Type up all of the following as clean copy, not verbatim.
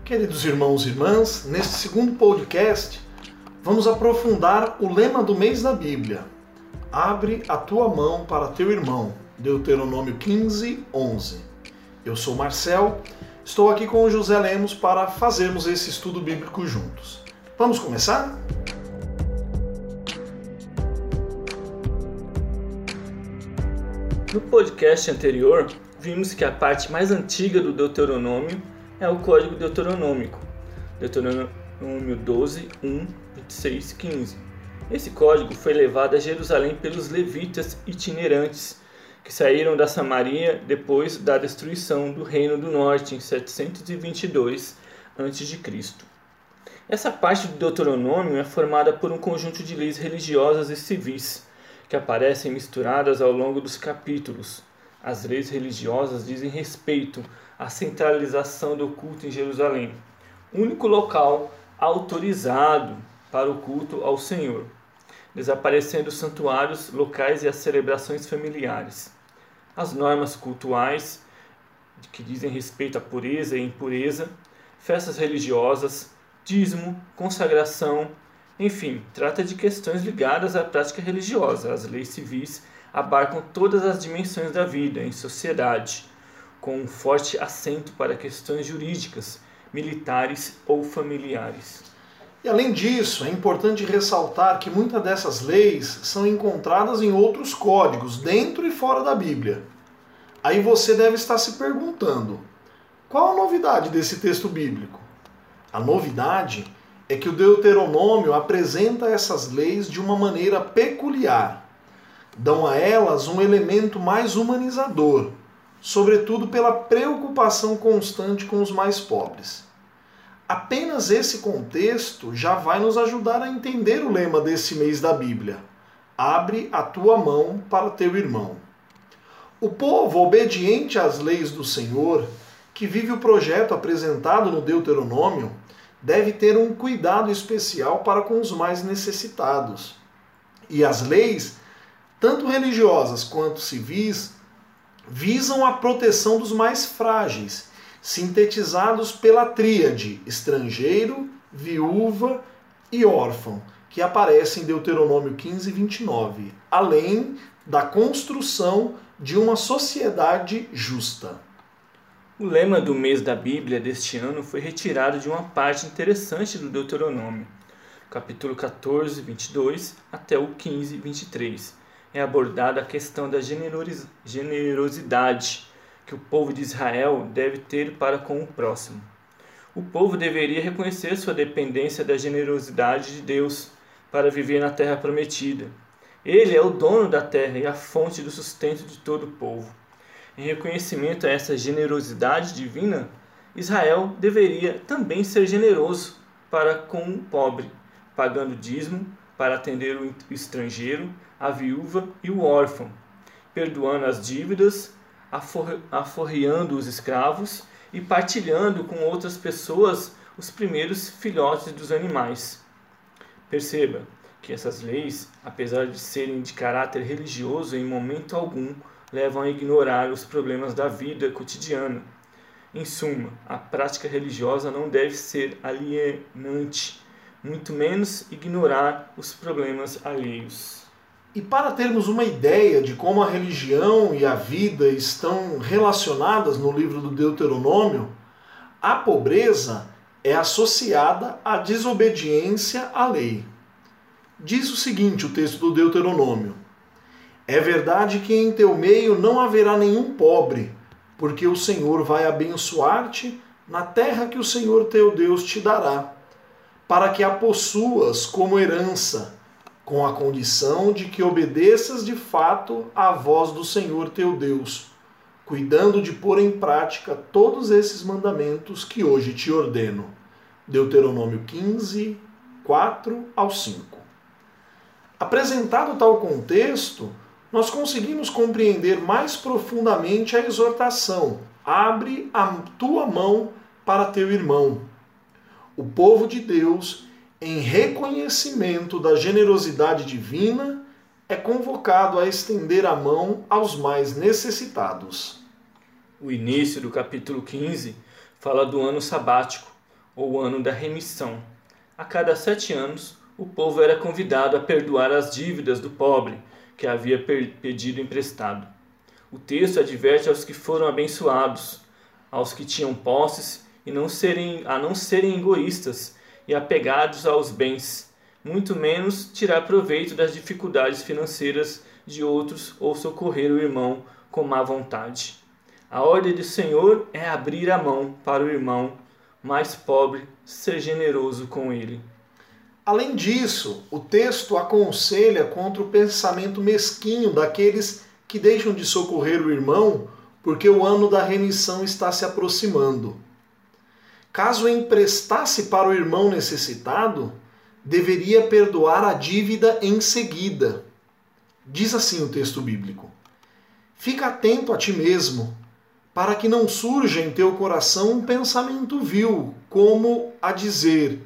Queridos irmãos e irmãs, neste segundo podcast, vamos aprofundar o lema do mês da Bíblia. Abre a tua mão para teu irmão. Deuteronômio 15, 11. Eu sou Marcel, estou aqui com o José Lemos para fazermos esse estudo bíblico juntos. Vamos começar? No podcast anterior, vimos que a parte mais antiga do Deuteronômio é o Código Deuteronômico, Deuteronômio 12, 1, 26, 15. Esse código foi levado a Jerusalém pelos levitas itinerantes, que saíram da Samaria depois da destruição do Reino do Norte em 722 a.C. Essa parte do Deuteronômio é formada por um conjunto de leis religiosas e civis, que aparecem misturadas ao longo dos capítulos. As leis religiosas dizem respeito à centralização do culto em Jerusalém, único local autorizado para o culto ao Senhor, desaparecendo os santuários locais e as celebrações familiares. As normas cultuais, que dizem respeito à pureza e impureza, festas religiosas, dízimo, consagração, enfim, trata de questões ligadas à prática religiosa. As leis civis abarcam todas as dimensões da vida em sociedade, com um forte acento para questões jurídicas, militares ou familiares. E além disso, é importante ressaltar que muitas dessas leis são encontradas em outros códigos, dentro e fora da Bíblia. Aí você deve estar se perguntando, qual a novidade desse texto bíblico? A novidade é que o Deuteronômio apresenta essas leis de uma maneira peculiar. Dão a elas um elemento mais humanizador, sobretudo pela preocupação constante com os mais pobres. Apenas esse contexto já vai nos ajudar a entender o lema desse mês da Bíblia. Abre a tua mão para teu irmão. O povo obediente às leis do Senhor, que vive o projeto apresentado no Deuteronômio, deve ter um cuidado especial para com os mais necessitados. E as leis, tanto religiosas quanto civis, visam a proteção dos mais frágeis, sintetizados pela tríade estrangeiro, viúva e órfão, que aparece em Deuteronômio 15, 29, além da construção de uma sociedade justa. O lema do mês da Bíblia deste ano foi retirado de uma parte interessante do Deuteronômio, capítulo 14, 22 até o 15, 23. É abordada a questão da generosidade que o povo de Israel deve ter para com o próximo. O povo deveria reconhecer sua dependência da generosidade de Deus para viver na terra prometida. Ele é o dono da terra e a fonte do sustento de todo o povo. Em reconhecimento a essa generosidade divina, Israel deveria também ser generoso para com o pobre, pagando dízimo para atender o estrangeiro, a viúva e o órfão, perdoando as dívidas, aforreando os escravos e partilhando com outras pessoas os primeiros filhotes dos animais. Perceba que essas leis, apesar de serem de caráter religioso, em momento algum levam a ignorar os problemas da vida cotidiana. Em suma, a prática religiosa não deve ser alienante, muito menos ignorar os problemas alheios. E para termos uma ideia de como a religião e a vida estão relacionadas no livro do Deuteronômio, a pobreza é associada à desobediência à lei. Diz o seguinte o texto do Deuteronômio: é verdade que em teu meio não haverá nenhum pobre, porque o Senhor vai abençoar-te na terra que o Senhor teu Deus te dará, para que a possuas como herança, com a condição de que obedeças de fato à voz do Senhor teu Deus, cuidando de pôr em prática todos esses mandamentos que hoje te ordeno. Deuteronômio 15, 4 ao 5. Apresentado tal contexto, nós conseguimos compreender mais profundamente a exortação: abre a tua mão para teu irmão. O povo de Deus, em reconhecimento da generosidade divina, é convocado a estender a mão aos mais necessitados. O início do capítulo 15 fala do ano sabático, ou ano da remissão. A cada 7 anos, o povo era convidado a perdoar as dívidas do pobre que havia pedido emprestado. O texto adverte aos que foram abençoados, aos que tinham posses, a não serem egoístas e apegados aos bens, muito menos tirar proveito das dificuldades financeiras de outros ou socorrer o irmão com má vontade. A ordem do Senhor é abrir a mão para o irmão mais pobre, ser generoso com ele. Além disso, o texto aconselha contra o pensamento mesquinho daqueles que deixam de socorrer o irmão porque o ano da remissão está se aproximando. Caso emprestasse para o irmão necessitado, deveria perdoar a dívida em seguida. Diz assim o texto bíblico: fica atento a ti mesmo, para que não surja em teu coração um pensamento vil, como a dizer: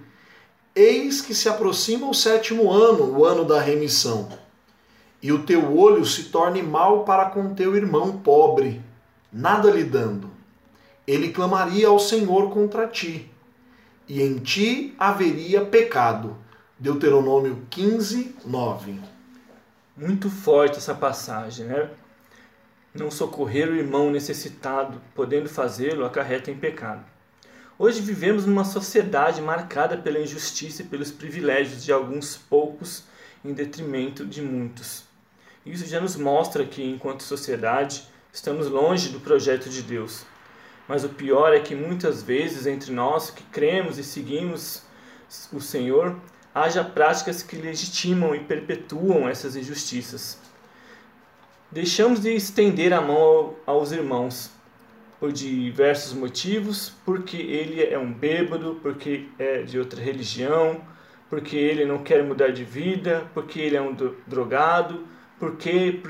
eis que se aproxima o 7º ano, o ano da remissão, e o teu olho se torne mau para com teu irmão pobre, nada lhe dando. Ele clamaria ao Senhor contra ti, e em ti haveria pecado. Deuteronômio 15, 9. Muito forte essa passagem, né? Não socorrer o irmão necessitado, podendo fazê-lo, acarreta em pecado. Hoje vivemos numa sociedade marcada pela injustiça e pelos privilégios de alguns poucos em detrimento de muitos. Isso já nos mostra que, enquanto sociedade, estamos longe do projeto de Deus. Mas o pior é que muitas vezes entre nós que cremos e seguimos o Senhor, haja práticas que legitimam e perpetuam essas injustiças. Deixamos de estender a mão aos irmãos por diversos motivos, porque ele é um bêbado, porque é de outra religião, porque ele não quer mudar de vida, porque ele é um drogado, por quê?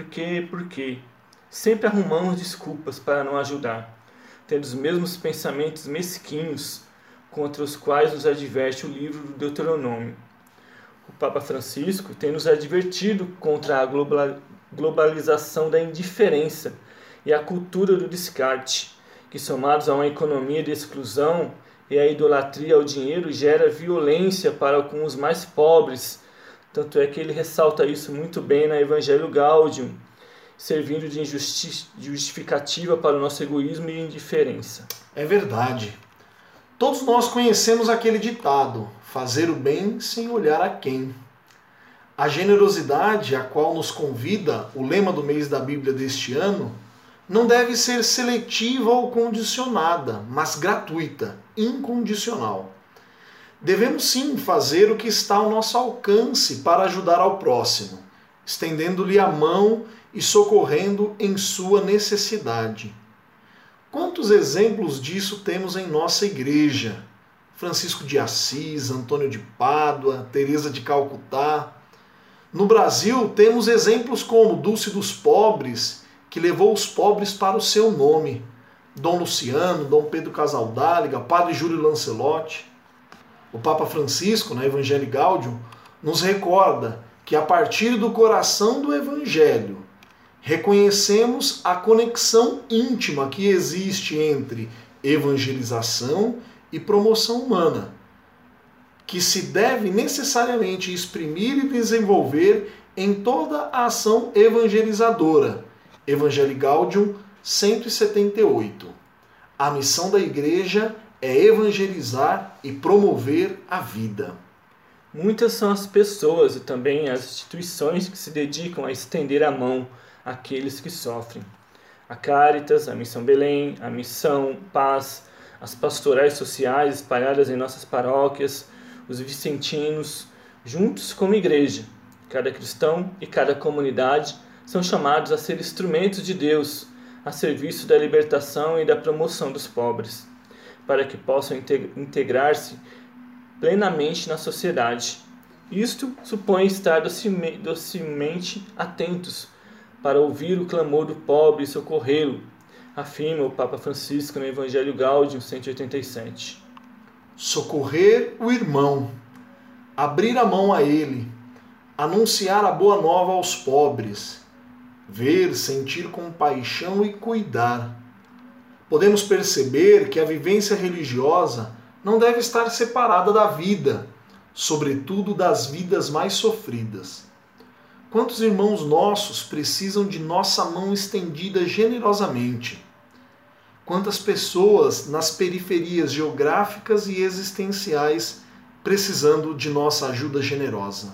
Sempre arrumamos desculpas para não ajudar, tendo os mesmos pensamentos mesquinhos contra os quais nos adverte o livro do Deuteronômio. O Papa Francisco tem nos advertido contra a globalização da indiferença e a cultura do descarte, que somados a uma economia de exclusão e a idolatria ao dinheiro gera violência para com os mais pobres. Tanto é que ele ressalta isso muito bem na Evangelho Gaudium, servindo de justificativa para o nosso egoísmo e indiferença. É verdade. Todos nós conhecemos aquele ditado: fazer o bem sem olhar a quem. A generosidade a qual nos convida o lema do mês da Bíblia deste ano não deve ser seletiva ou condicionada, mas gratuita, incondicional. Devemos sim fazer o que está ao nosso alcance para ajudar ao próximo, estendendo-lhe a mão e socorrendo em sua necessidade. Quantos exemplos disso temos em nossa igreja? Francisco de Assis, Antônio de Pádua, Teresa de Calcutá. No Brasil, temos exemplos como Dulce dos Pobres, que levou os pobres para o seu nome, Dom Luciano, Dom Pedro Casaldáliga, Padre Júlio Lancelotti. O Papa Francisco, na Evangelii Gaudium, nos recorda que a partir do coração do Evangelho, reconhecemos a conexão íntima que existe entre evangelização e promoção humana, que se deve necessariamente exprimir e desenvolver em toda a ação evangelizadora. Evangelii Gaudium 178. A missão da Igreja é evangelizar e promover a vida. Muitas são as pessoas e também as instituições que se dedicam a estender a mão àqueles que sofrem. A Caritas, a Missão Belém, a Missão Paz, as pastorais sociais espalhadas em nossas paróquias, os vicentinos, juntos como igreja. Cada cristão e cada comunidade são chamados a ser instrumentos de Deus, a serviço da libertação e da promoção dos pobres, para que possam integrar-se plenamente na sociedade. Isto supõe estar docemente atentos para ouvir o clamor do pobre e socorrê-lo, afirma o Papa Francisco no Evangelho Gaudium 187. Socorrer o irmão, abrir a mão a ele, anunciar a boa nova aos pobres, ver, sentir compaixão e cuidar. Podemos perceber que a vivência religiosa não deve estar separada da vida, sobretudo das vidas mais sofridas. Quantos irmãos nossos precisam de nossa mão estendida generosamente? Quantas pessoas nas periferias geográficas e existenciais precisando de nossa ajuda generosa?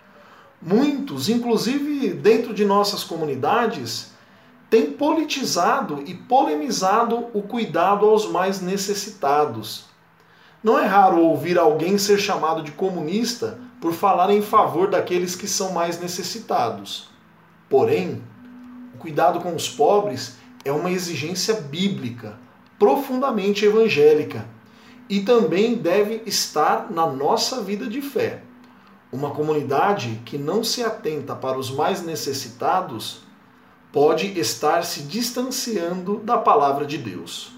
Muitos, inclusive dentro de nossas comunidades, têm politizado e polemizado o cuidado aos mais necessitados. Não é raro ouvir alguém ser chamado de comunista por falar em favor daqueles que são mais necessitados. Porém, o cuidado com os pobres é uma exigência bíblica, profundamente evangélica, e também deve estar na nossa vida de fé. Uma comunidade que não se atenta para os mais necessitados pode estar se distanciando da palavra de Deus.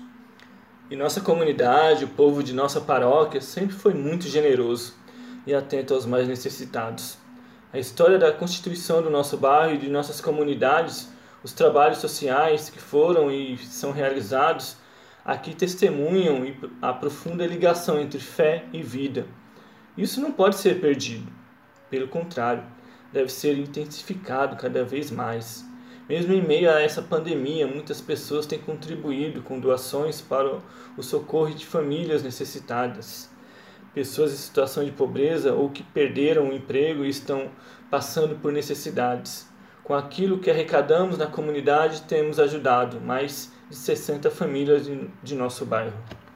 E nossa comunidade, o povo de nossa paróquia, sempre foi muito generoso e atento aos mais necessitados. A história da constituição do nosso bairro e de nossas comunidades, os trabalhos sociais que foram e são realizados, aqui testemunham a profunda ligação entre fé e vida. Isso não pode ser perdido. Pelo contrário, deve ser intensificado cada vez mais. Mesmo em meio a essa pandemia, muitas pessoas têm contribuído com doações para o socorro de famílias necessitadas. Pessoas em situação de pobreza ou que perderam o emprego e estão passando por necessidades. Com aquilo que arrecadamos na comunidade, temos ajudado mais de 60 famílias de nosso bairro.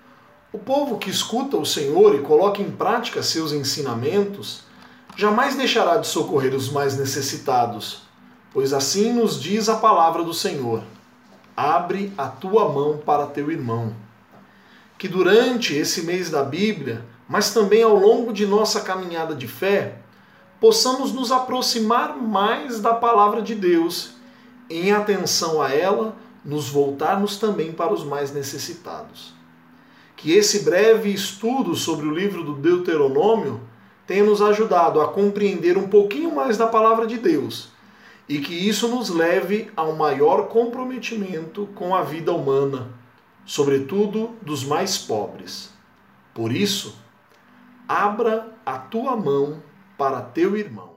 O povo que escuta o Senhor e coloca em prática seus ensinamentos jamais deixará de socorrer os mais necessitados, pois assim nos diz a palavra do Senhor: abre a tua mão para teu irmão. Que durante esse mês da Bíblia, mas também ao longo de nossa caminhada de fé, possamos nos aproximar mais da palavra de Deus, em atenção a ela, nos voltarmos também para os mais necessitados. Que esse breve estudo sobre o livro do Deuteronômio tenha nos ajudado a compreender um pouquinho mais da palavra de Deus, e que isso nos leve a um maior comprometimento com a vida humana, sobretudo dos mais pobres. Por isso, abra a tua mão para teu irmão.